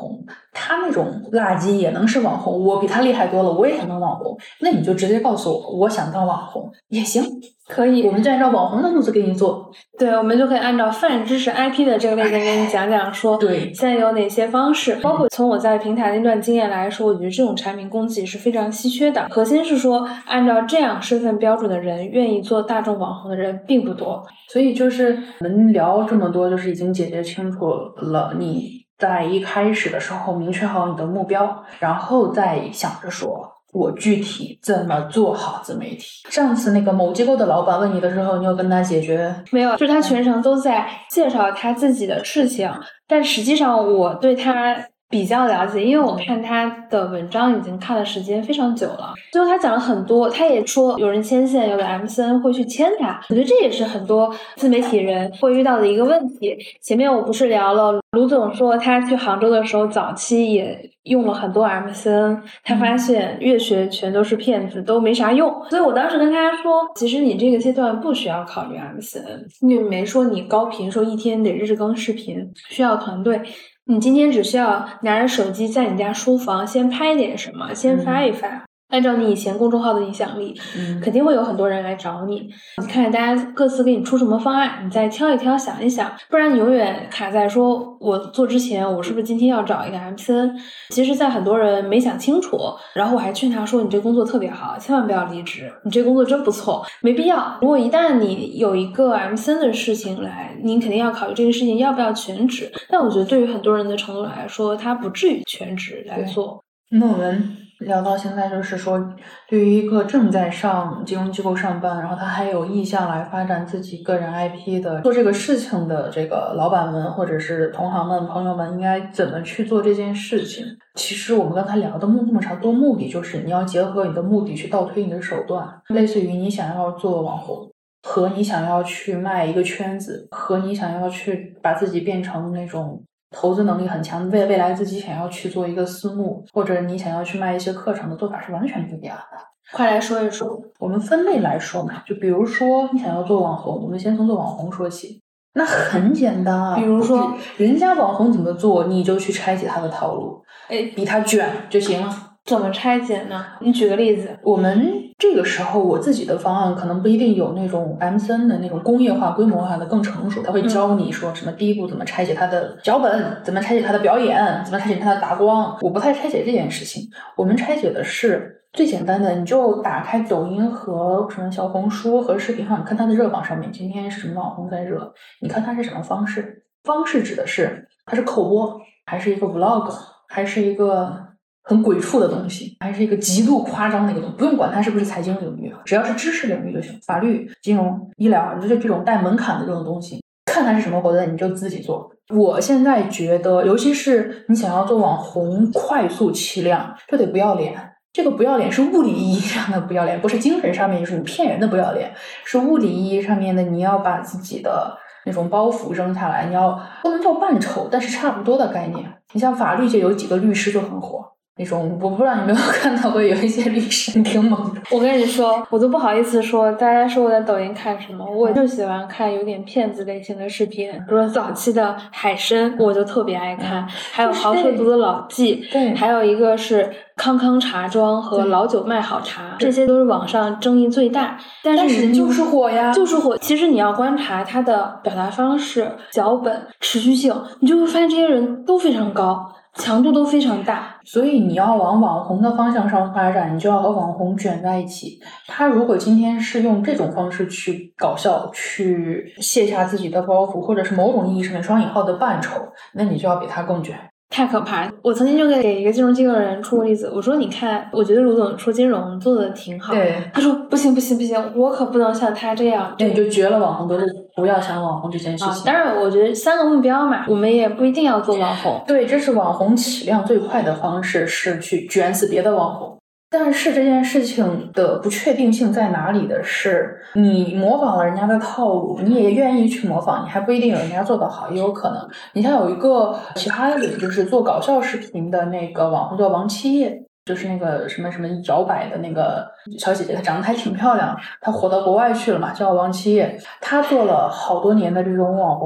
他那种垃圾也能是网红，我比他厉害多了，我也想当网红，那你就直接告诉我，我想当网红也行， 可以， 我们就按照网红的路子给你做。 对，我们就可以按照泛知识 I P 的这个类型给你讲讲说， 对， 现在有哪些方式，包括从我在平台那段经验来说，我觉得这种产品供给是非常稀缺的。核心是说，按照这样身份标准的人，愿意做大众网红的人并不多。 所以就是我们聊这么多，就是已经解决清楚了你在一开始的时候明确好你的目标，然后再想着说我具体怎么做好自媒体。上次那个某机构的老板问你的时候，你有跟他解决？ 没有，就是他全程都在介绍他自己的事情，但实际上我对他比较了解，因为我看他的文章已经看的时间非常久了。最后他讲了很多，他也说有人牵线，有的 M C N 会去牵他。我觉得这也是很多自媒体人会遇到的一个问题。前面我不是聊了卢总说他去杭州的时候，早期也用了很多 M C N， 他发现越学全都是骗子，都没啥用。所以我当时跟他说，其实你这个阶段不需要考虑 M C N， 因为没说你高频说一天得日更视频，需要团队。你今天只需要拿着手机在你家书房先拍点什么，先发一发、嗯、按照你以前公众号的影响力、嗯、肯定会有很多人来找你。你看看大家各自给你出什么方案，你再挑一挑想一想，不然你永远卡在说我做之前我是不是今天要找一个 M C N。 其实在很多人没想清楚，然后我还劝他说你这工作特别好，千万不要离职，你这工作真不错，没必要。如果一旦你有一个 M C N 的事情来，你肯定要考虑这个事情要不要全职，但我觉得对于很多人的程度来说，他不至于全职来做。 那我们聊到现在，就是说对于一个正在上金融机构上班，然后他还有意向来发展自己个人 I P 的做这个事情的这个老板们或者是同行们朋友们，应该怎么去做这件事情。其实我们刚才聊的目那么长多目的，就是你要结合你的目的去倒推你的手段，类似于你想要做网红和你想要去卖一个圈子，和你想要去把自己变成那种投资能力很强，为未来自己想要去做一个私募，或者你想要去卖一些课程的做法是完全不一样的。 快来说一说。 我们分类来说嘛，就比如说你想要做网红，我们先从做网红说起。那很简单啊， 比如说人家网红怎么做，你就去拆解他的套路， 哎， 比他卷就行了。 怎么拆解呢？你举个例子。 我们这个时候我自己的方案可能不一定有那种 M C N 的那种工业化规模化的更成熟，他会教你说什么第一步怎么拆解他的脚本，怎么拆解他的表演，怎么拆解他的打光。我不太拆解这件事情，我们拆解的是最简单的，你就打开抖音和什么小红书和视频号，你看它的热榜上面今天是什么网红在热，你看它是什么方式。方式指的是它是口播，还是一个 vlog， 还是一个很鬼畜的东西，还是一个极度夸张的一个东西，不用管它是不是财经领域，只要是知识领域就行，法律、金融、医疗，就这种带门槛的这种东西，看它是什么活动你就自己做。我现在觉得，尤其是你想要做网红，快速起量，就得不要脸。这个不要脸是物理意义上的不要脸，不是精神上面就是你骗人的不要脸，是物理意义上面的你要把自己的那种包袱扔下来，你要不能叫扮丑，但是差不多的概念。你像法律界有几个律师就很火，那种我不知道你有没有看到过，有一些律师挺猛的。 我跟你说，我都不好意思说大家说我在抖音看什么，我就喜欢看有点骗子类型的视频，比如说早期的海参我就特别爱看，还有豪车族的老纪， 对， 还有一个是康康茶庄和老酒卖好茶，这些都是网上争议最大，但是但是就是火呀， 就是火。其实你要观察他的表达方式、脚本、持续性，你就会发现这些人都非常高，强度都非常大。 所以你要往网红的方向上发展，你就要和网红卷在一起。他如果今天是用这种方式去搞笑，去卸下自己的包袱，或者是某种意义上面双引号的扮丑，那你就要比他更卷。 太可怕！我曾经就给一个金融机构的人出过例子，我说你看，我觉得卢总说金融做的挺好， 对， 他说不行不行不行，我可不能像他这样， 那你就绝了网红的路，不要想网红这件事情。 啊、当然我觉得三个目标嘛，我们也不一定要做网红。 对，这是网红起量最快的方式，是去卷死别的网红。但是这件事情的不确定性在哪里的是，你模仿了人家的套路，你也愿意去模仿，你还不一定有人家做得好，也有可能。你像有一个其他的领域，就是做搞笑视频的那个网红叫王七叶，就是那个什么什么摇摆的那个小姐姐，她长得还挺漂亮，她火到国外去了嘛，叫王七叶。她做了好多年的这种网红，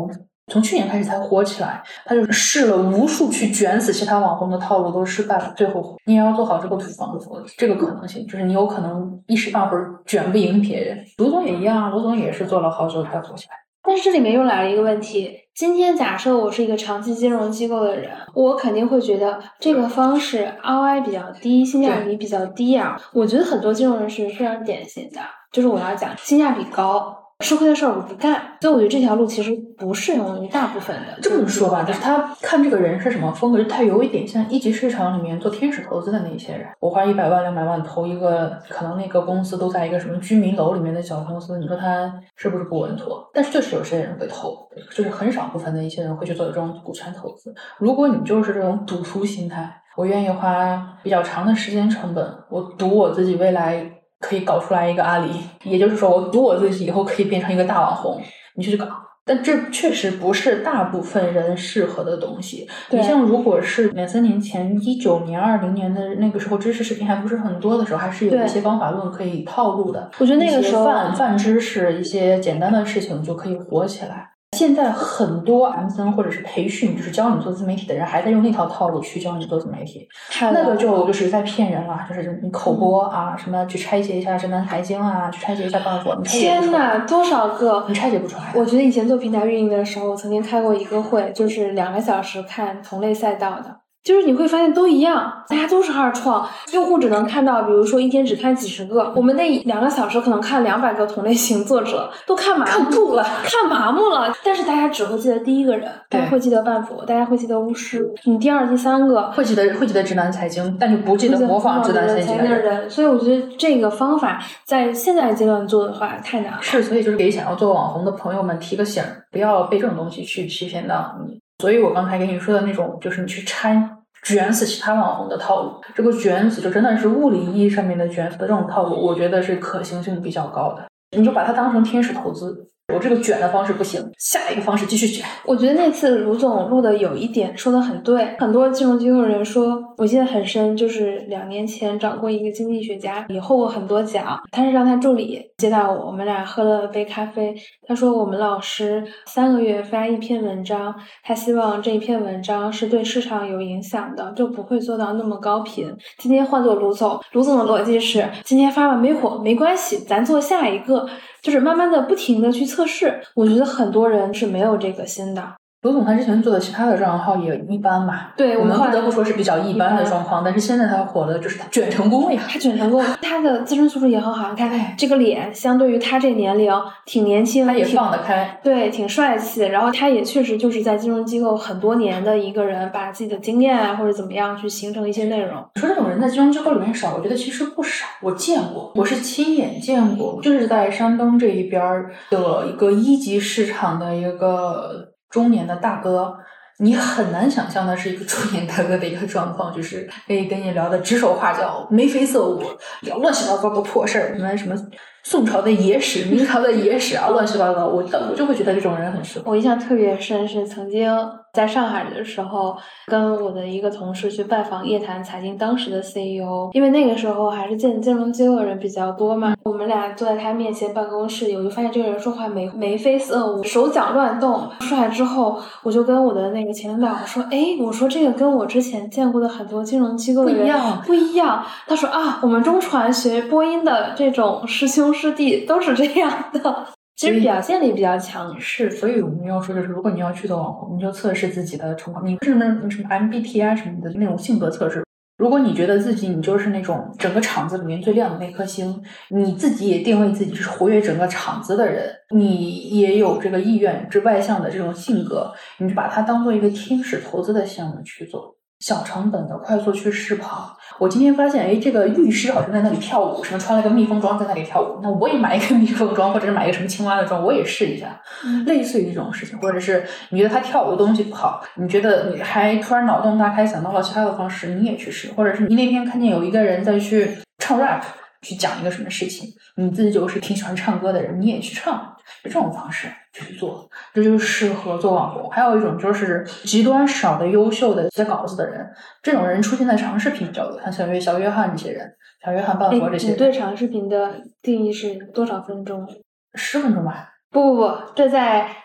从去年开始才火起来，他就试了无数去卷死其他网红的套路都失败了，最后你也要做好这个土防子，这个可能性就是你有可能一时半会儿卷不赢别人。卢总也一样，卢总也是做了好久才火起来。 但是这里面又来了一个问题，今天假设我是一个长期金融机构的人，我肯定会觉得这个方式 R O I 比较低，性价比比较低啊。我觉得很多金融人是非常典型的，就是我要讲性价比高，吃亏的事儿我不干，所以我觉得这条路其实不适用于大部分的。 这么说吧，就是他看这个人是什么风格，就他有一点像一级市场里面做天使投资的那些人。我花一百万两百万投一个，可能那个公司都在一个什么居民楼里面的小公司，你说他是不是不稳妥？但是就是有些人会投，就是很少部分的一些人会去做这种股权投资。如果你就是这种赌徒心态，我愿意花比较长的时间成本，我赌我自己未来可以搞出来一个阿里，也就是说我赌我自己以后可以变成一个大网红，你去搞。但这确实不是大部分人适合的东西。你像如果是两三年前一九年二零年的那个时候，知识视频还不是很多的时候，还是有一些方法论可以套路的。 我觉得那个时候泛泛知识一些简单的事情就可以火起来。现在很多 M C N 或者是培训，就是教你做自媒体的人，还在用那套套路去教你做自媒体，那个就就是在骗人了。就是你口播啊，什么去拆解一下神南财经啊，去拆解一下半佛， 天哪，多少个你拆解不出来。 我觉得以前做平台运营的时候，曾经开过一个会，就是两个小时看同类赛道的。就是你会发现都一样，大家都是二创，用户只能看到，比如说一天只看几十个，我们那两个小时可能看两百个同类型作者，都看麻木了，看麻木了。但是大家只会记得第一个人，大家会记得万佛，大家会记得巫师，你第二、第三个会记得会记得直男财经，但就不记得模仿直男财经的人。 所以我觉得这个方法在现在阶段做的话太难了。 是，所以就是给想要做网红的朋友们提个醒，不要被这种东西去欺骗到你。所以我刚才跟你说的那种，就是你去拆卷死其他网红的套路，这个卷死就真的是物理意义上面的卷死的这种套路，我觉得是可行性比较高的。你就把它当成天使投资，我这个卷的方式不行，下一个方式继续卷。 我觉得那次卢总录的有一点说的很对，很多金融机构人说，我记得很深，就是两年前找过一个经济学家，也获过很多奖，他是让他助理接待我，我们俩喝了杯咖啡。他说我们老师三个月发一篇文章，他希望这一篇文章是对市场有影响的，就不会做到那么高频。今天换做卢总，卢总的逻辑是今天发完没火没关系，咱做下一个，就是慢慢的不停的去测试。我觉得很多人是没有这个心的。 卢总他之前做的其他的账号也一般吧， 对， 我们不得不说是比较一般的状况，但是现在他火了，就是他卷成功了呀， 他卷成功，他的自身素质也很好。你看这个脸，相对于他这年龄挺年轻， 他也放得开， 对，挺帅气。然后他也确实就是在金融机构很多年的一个人，把自己的经验啊或者怎么样去形成一些内容。 你说这种人在金融机构里面少，我觉得其实不少，我见过，我是亲眼见过，就是在山东这一边的一个一级市场的一个中年的大哥。你很难想象的是一个中年大哥的一个状况，就是可以跟你聊的指手画脚，眉飞色舞，聊乱七八糟的破事儿，什么什么宋朝的野史、明朝的野史啊，乱七八糟。我我就会觉得这种人很适合。 我印象特别深是曾经在上海的时候，跟我的一个同事去拜访叶檀财经当时的 C E O， 因为那个时候还是进金融机构的人比较多嘛，我们俩坐在他面前办公室，我就发现这个人说话眉眉飞色舞，手脚乱动。出来之后，我就跟我的那个前领导我说，哎，我说这个跟我之前见过的很多金融机构的人不一样， 不一样。他说啊，我们中传学播音的这种师兄师弟都是这样的。其实表现力比较强， 是，所以我们要说就是，如果你要去做网红，你就测试自己的情况，你不是那什么 M B T I 什么的那种性格测试。如果你觉得自己你就是那种整个场子里面最亮的那颗星，你自己也定位自己是活跃整个场子的人，你也有这个意愿之外向的这种性格，你就把它当做一个天使投资的项目去做。小成本的快速去试跑。我今天发现，哎，这个律师好像在那里跳舞，什么穿了个蜜蜂装在那里跳舞，那我也买一个蜜蜂装，或者是买一个什么青蛙的装，我也试一下， 嗯、 类似于这种事情。或者是你觉得他跳舞的东西不好，你觉得你还突然脑洞大开想到了其他的方式，你也去试。或者是你那天看见有一个人在去唱 rap， 去讲一个什么事情，你自己就是挺喜欢唱歌的人，你也去唱。这种方式去做，这就是适合做网红。还有一种就是极端少的优秀的写稿子的人，这种人出现在长视频比较多，像小约小约翰这些人，小约翰半佛这些人。 你对长视频的定义是多少分钟？ 十分钟吧。 不不不，这在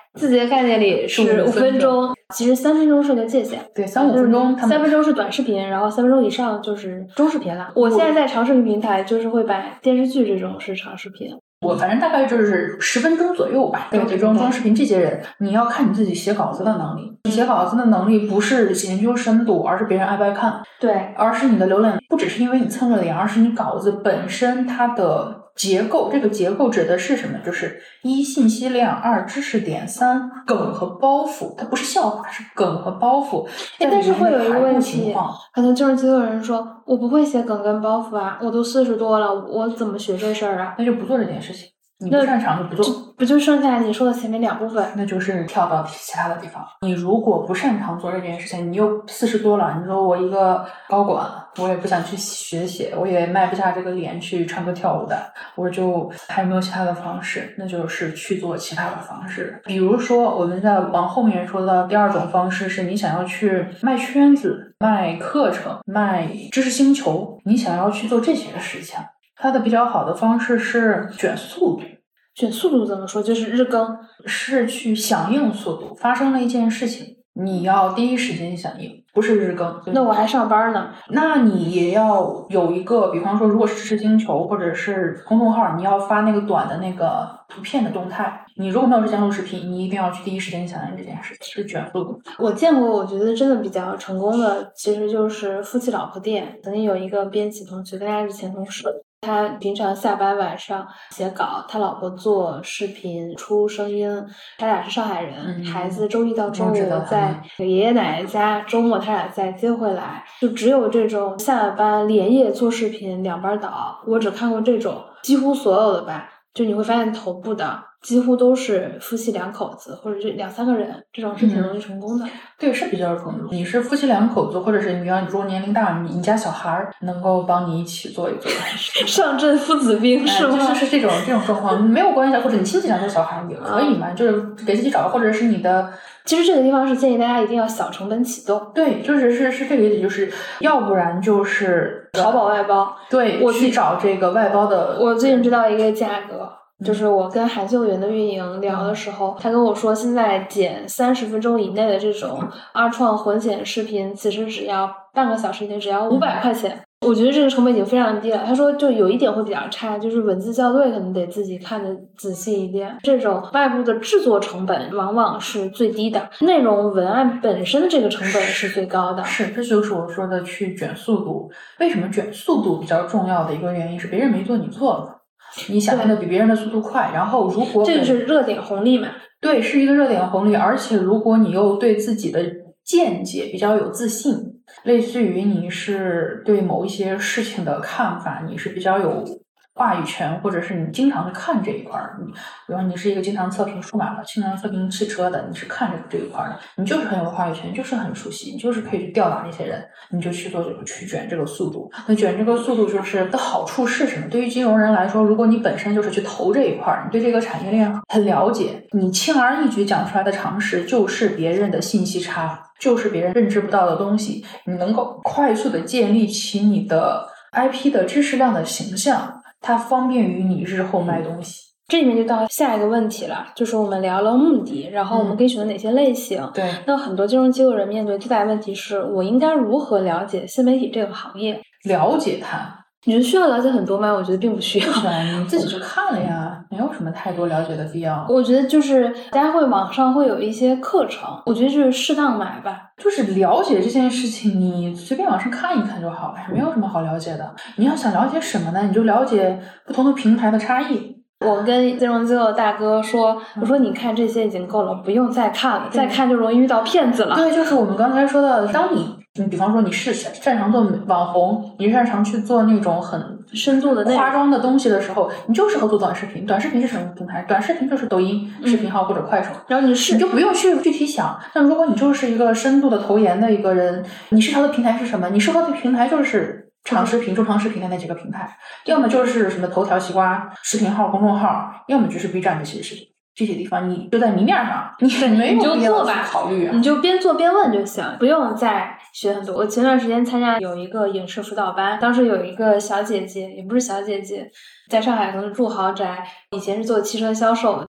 自己的概念里是五分钟，其实三分钟是个界限。 对，三五分钟， 三分钟是短视频，然后三分钟以上就是中视频了。我现在在长视频平台，就是会把电视剧这种是长视频。 我反正大概就是十分钟左右吧。对，这种中视频这些人，你要看你自己写稿子的能力。你写稿子的能力不是研究深度，而是别人爱不爱看。 对， 而是你的浏览不只是因为你蹭热点，而是你稿子本身它的结构。这个结构指的是什么？就是一信息量，二知识点，三梗和包袱。它不是笑话，是梗和包袱。 但是会有一个问题，可能就是就有人说我不会写梗跟包袱啊，我都四十多了，我怎么学这事儿啊？ 那就不做这件事情。你不擅长就不做， 不就剩下你说的前面两部分？ 那就是跳到其他的地方。你如果不擅长做这件事情，你又四十多了，你说我一个高管，我也不想去学写，我也卖不下这个脸去唱歌跳舞的，我就还有没有其他的方式？那就是去做其他的方式。比如说，我们再往后面说到第二种方式，是你想要去卖圈子、卖课程、卖知识星球，你想要去做这些事情。它的比较好的方式是卷速度。 卷速度怎么说？就是日更， 是去响应速度。发生了一件事情，你要第一时间响应，不是日更。 那我还上班呢， 那你也要有一个，比方说，如果是知识星球或者是公众号，你要发那个短的那个图片的动态。你如果没有时间录视频，你一定要去第一时间响应这件事情，是卷速度。 我见过，我觉得真的比较成功的，其实就是夫妻老婆店。曾经有一个编辑同学，跟他是前同事。他平常下班晚上写稿，他老婆做视频出声音，他俩是上海人、嗯、孩子周一到周五在爷爷奶奶家，周末他俩再接回来，就只有这种下了班连夜做视频两班倒。我只看过这种，几乎所有的吧，就你会发现头部的几乎都是夫妻两口子或者是两三个人，这种是挺容易成功的、嗯、 对，是比较成功。你是夫妻两口子，或者是你要如果年龄大，你你家小孩能够帮你一起做一做上阵父子兵是吗、 哎、就是是这种这种状况没有关系，或者你亲戚家的小孩也可以嘛、嗯、就是给自己找，或者是你的。 其实这个地方是建议大家一定要小成本启动。 对，就是是是这个意思，就是要不然就是淘宝外包。 对，我去找这个外包的。 我最近知道一个价格，就是我跟韩秀云的运营聊的时候，他跟我说，现在剪三十分钟以内的这种二创混剪视频，其实只要半个小时以内，只要五百块钱。我觉得这个成本已经非常低了。他说就有一点会比较差，就是文字校对可能得自己看得仔细一点。这种外部的制作成本往往是最低的，内容文案本身的这个成本是最高的。 是，这就是我说的去卷速度。为什么卷速度比较重要的一个原因是别人没做你做了，你响应的比别人的速度快，然后如果这个是热点红利嘛？ 对，是一个热点红利，而且如果你又对自己的见解比较有自信，类似于你是对某一些事情的看法，你是比较有话语权，或者是你经常去看这一块儿，你比方你是一个经常测评数码的，经常测评汽车的，你是看这这一块的，你就是很有话语权，就是很熟悉，你就是可以去吊打那些人，你就去做这个去卷这个速度。那卷这个速度就是的好处是什么？对于金融人来说，如果你本身就是去投这一块，你对这个产业链很了解，你轻而易举讲出来的常识就是别人的信息差，就是别人认知不到的东西，你能够快速的建立起你的 I P 的知识量的形象，它方便于你日后卖东西。 这里面就到下一个问题了，就是我们聊了目的，然后我们可以选择哪些类型、嗯、 对。 那很多金融机构人面对最大的问题是，我应该如何了解新媒体这个行业？ 了解它， 你觉得需要了解很多吗？我觉得并不需要。 你自己就看了呀，没有什么太多了解的必要。 我觉得就是大家会网上会有一些课程，我觉得就是适当买吧。 就是了解这件事情，你随便网上看一看就好了，没有什么好了解的。你要想了解什么呢？你就了解不同的平台的差异。 我跟金融机构大哥说，我说你看这些已经够了，不用再看了，再看就容易遇到骗子了。 对，就是我们刚才说的，当你你比方说你是擅长做网红，你擅长去做那种很深度的夸张的东西的时候，你就适合做短视频。短视频是什么平台？短视频就是抖音视频号或者快手、嗯、 然后你是你就不用去具体想。但如果你就是一个深度的投研的一个人，你适合的平台是什么？你适合的平台就是长视频、中长视频的那几个平台，要么就是什么头条、西瓜、视频号、公众号，要么就是 B 站这些事情。这些地方你就在明面上，你没有必要去考虑啊， 你就边做边问就行，不用再学很多。我前段时间参加有一个影视辅导班，当时有一个小姐姐，也不是小姐姐，在上海可能住豪宅，以前是做汽车销售，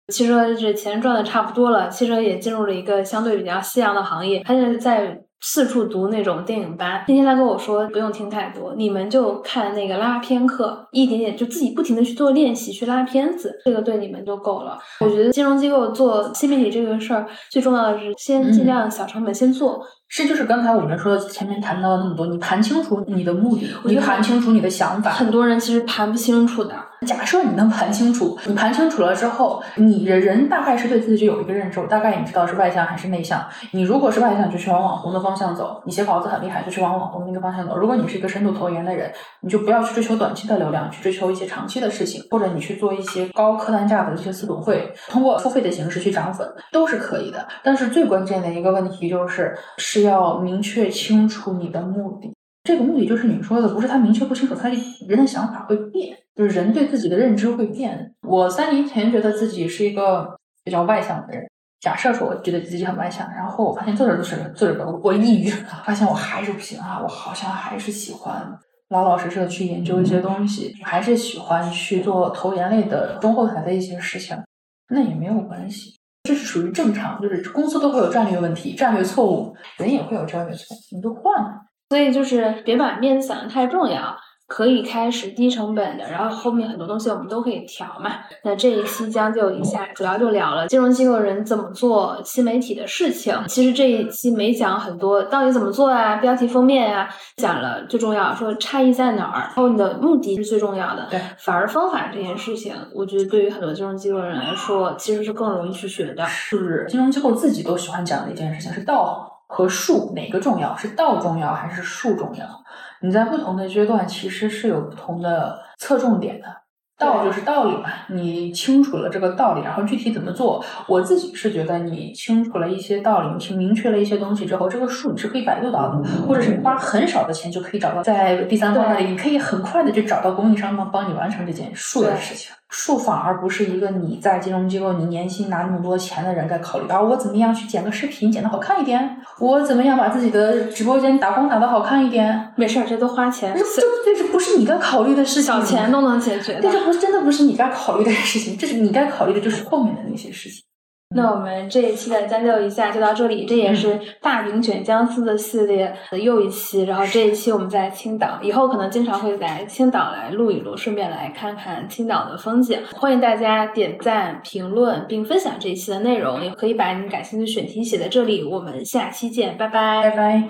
汽车这钱赚的差不多了，汽车也进入了一个相对比较夕阳的行业，他现在在四处读那种电影班。那天他跟我说不用听太多，你们就看那个拉片课，一点点就自己不停的去做练习，去拉片子，这个对你们就够了。我觉得金融机构做新媒体这个事儿最重要的是先尽量小成本先做、嗯是，就是刚才我们说的前面谈到的那么多，你盘清楚你的目的，你盘清楚你的想法。 很多人其实盘不清楚的。 假设你能盘清楚，你盘清楚了之后，你的人大概是对自己就有一个认知，大概你知道是外向还是内向。你如果是外向，就去往网红的方向走；你写稿子很厉害，就去往网红那个方向走。如果你是一个深度投研的人，你就不要去追求短期的流量，去追求一些长期的事情，或者你去做一些高客单价的这些私董会，通过付费的形式去涨粉，都是可以的。但是最关键的一个问题就是是要明确清楚你的目的。这个目的就是你说的，不是他明确不清楚，他人的想法会变，就是人对自己的认知会变。我三年前觉得自己是一个比较外向的人，假设说我觉得自己很外向，然后我发现做着做着做着我抑郁了，发现我还是不行啊，我好像还是喜欢老老实实的去研究一些东西，还是喜欢去做投研类的中后台的一些事情，那也没有关系。这是属于正常，就是公司都会有战略问题、战略错误，人也会有战略错误，你都换了。 所以就是别把面子想得太重要，可以开始低成本的，然后后面很多东西我们都可以调嘛。那这一期将就一下，主要就聊了金融机构人怎么做新媒体的事情。其实这一期没讲很多到底怎么做啊，标题封面啊，讲了最重要说差异在哪儿，然后你的目的是最重要的。 对， 反而方法这件事情，我觉得对于很多金融机构人来说，其实是更容易去学的。 是金融机构自己都喜欢讲的一件事情，是道和术哪个重要？是道重要还是术重要？你在不同的阶段其实是有不同的侧重点的。道就是道理嘛，你清楚了这个道理，然后具体怎么做，我自己是觉得你清楚了一些道理，你明确了一些东西之后，这个术你是可以百度到的，或者是你花很少的钱就可以找到，在第三方那里你可以很快的就找到供应商帮你完成这件术的事情。术反而不是一个你在金融机构你年薪拿那么多钱的人该考虑到，我怎么样去剪个视频剪得好看一点，我怎么样把自己的直播间打光打得好看一点， 没事，这都花钱， 这这这不是你该考虑的事情， 小钱都能解决的， 对，这不是真的不是你该考虑的事情，这是你该考虑的就是后面的那些事情。 那我们这一期的将就一下就到这里，这也是大饼卷姜丝的系列的又一期，然后这一期我们在青岛，以后可能经常会在青岛来录一录，顺便来看看青岛的风景。欢迎大家点赞、评论并分享这一期的内容，也可以把你感兴趣的选题写在这里。我们下期见，拜拜， 拜拜。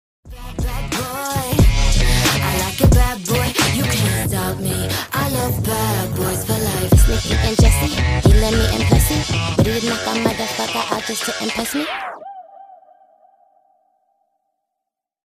Bad boy, you can't stop me. I love bad boys for life. Sneaky and Jesse, he let me impress you, but he did knock a motherfucker out just to impress me.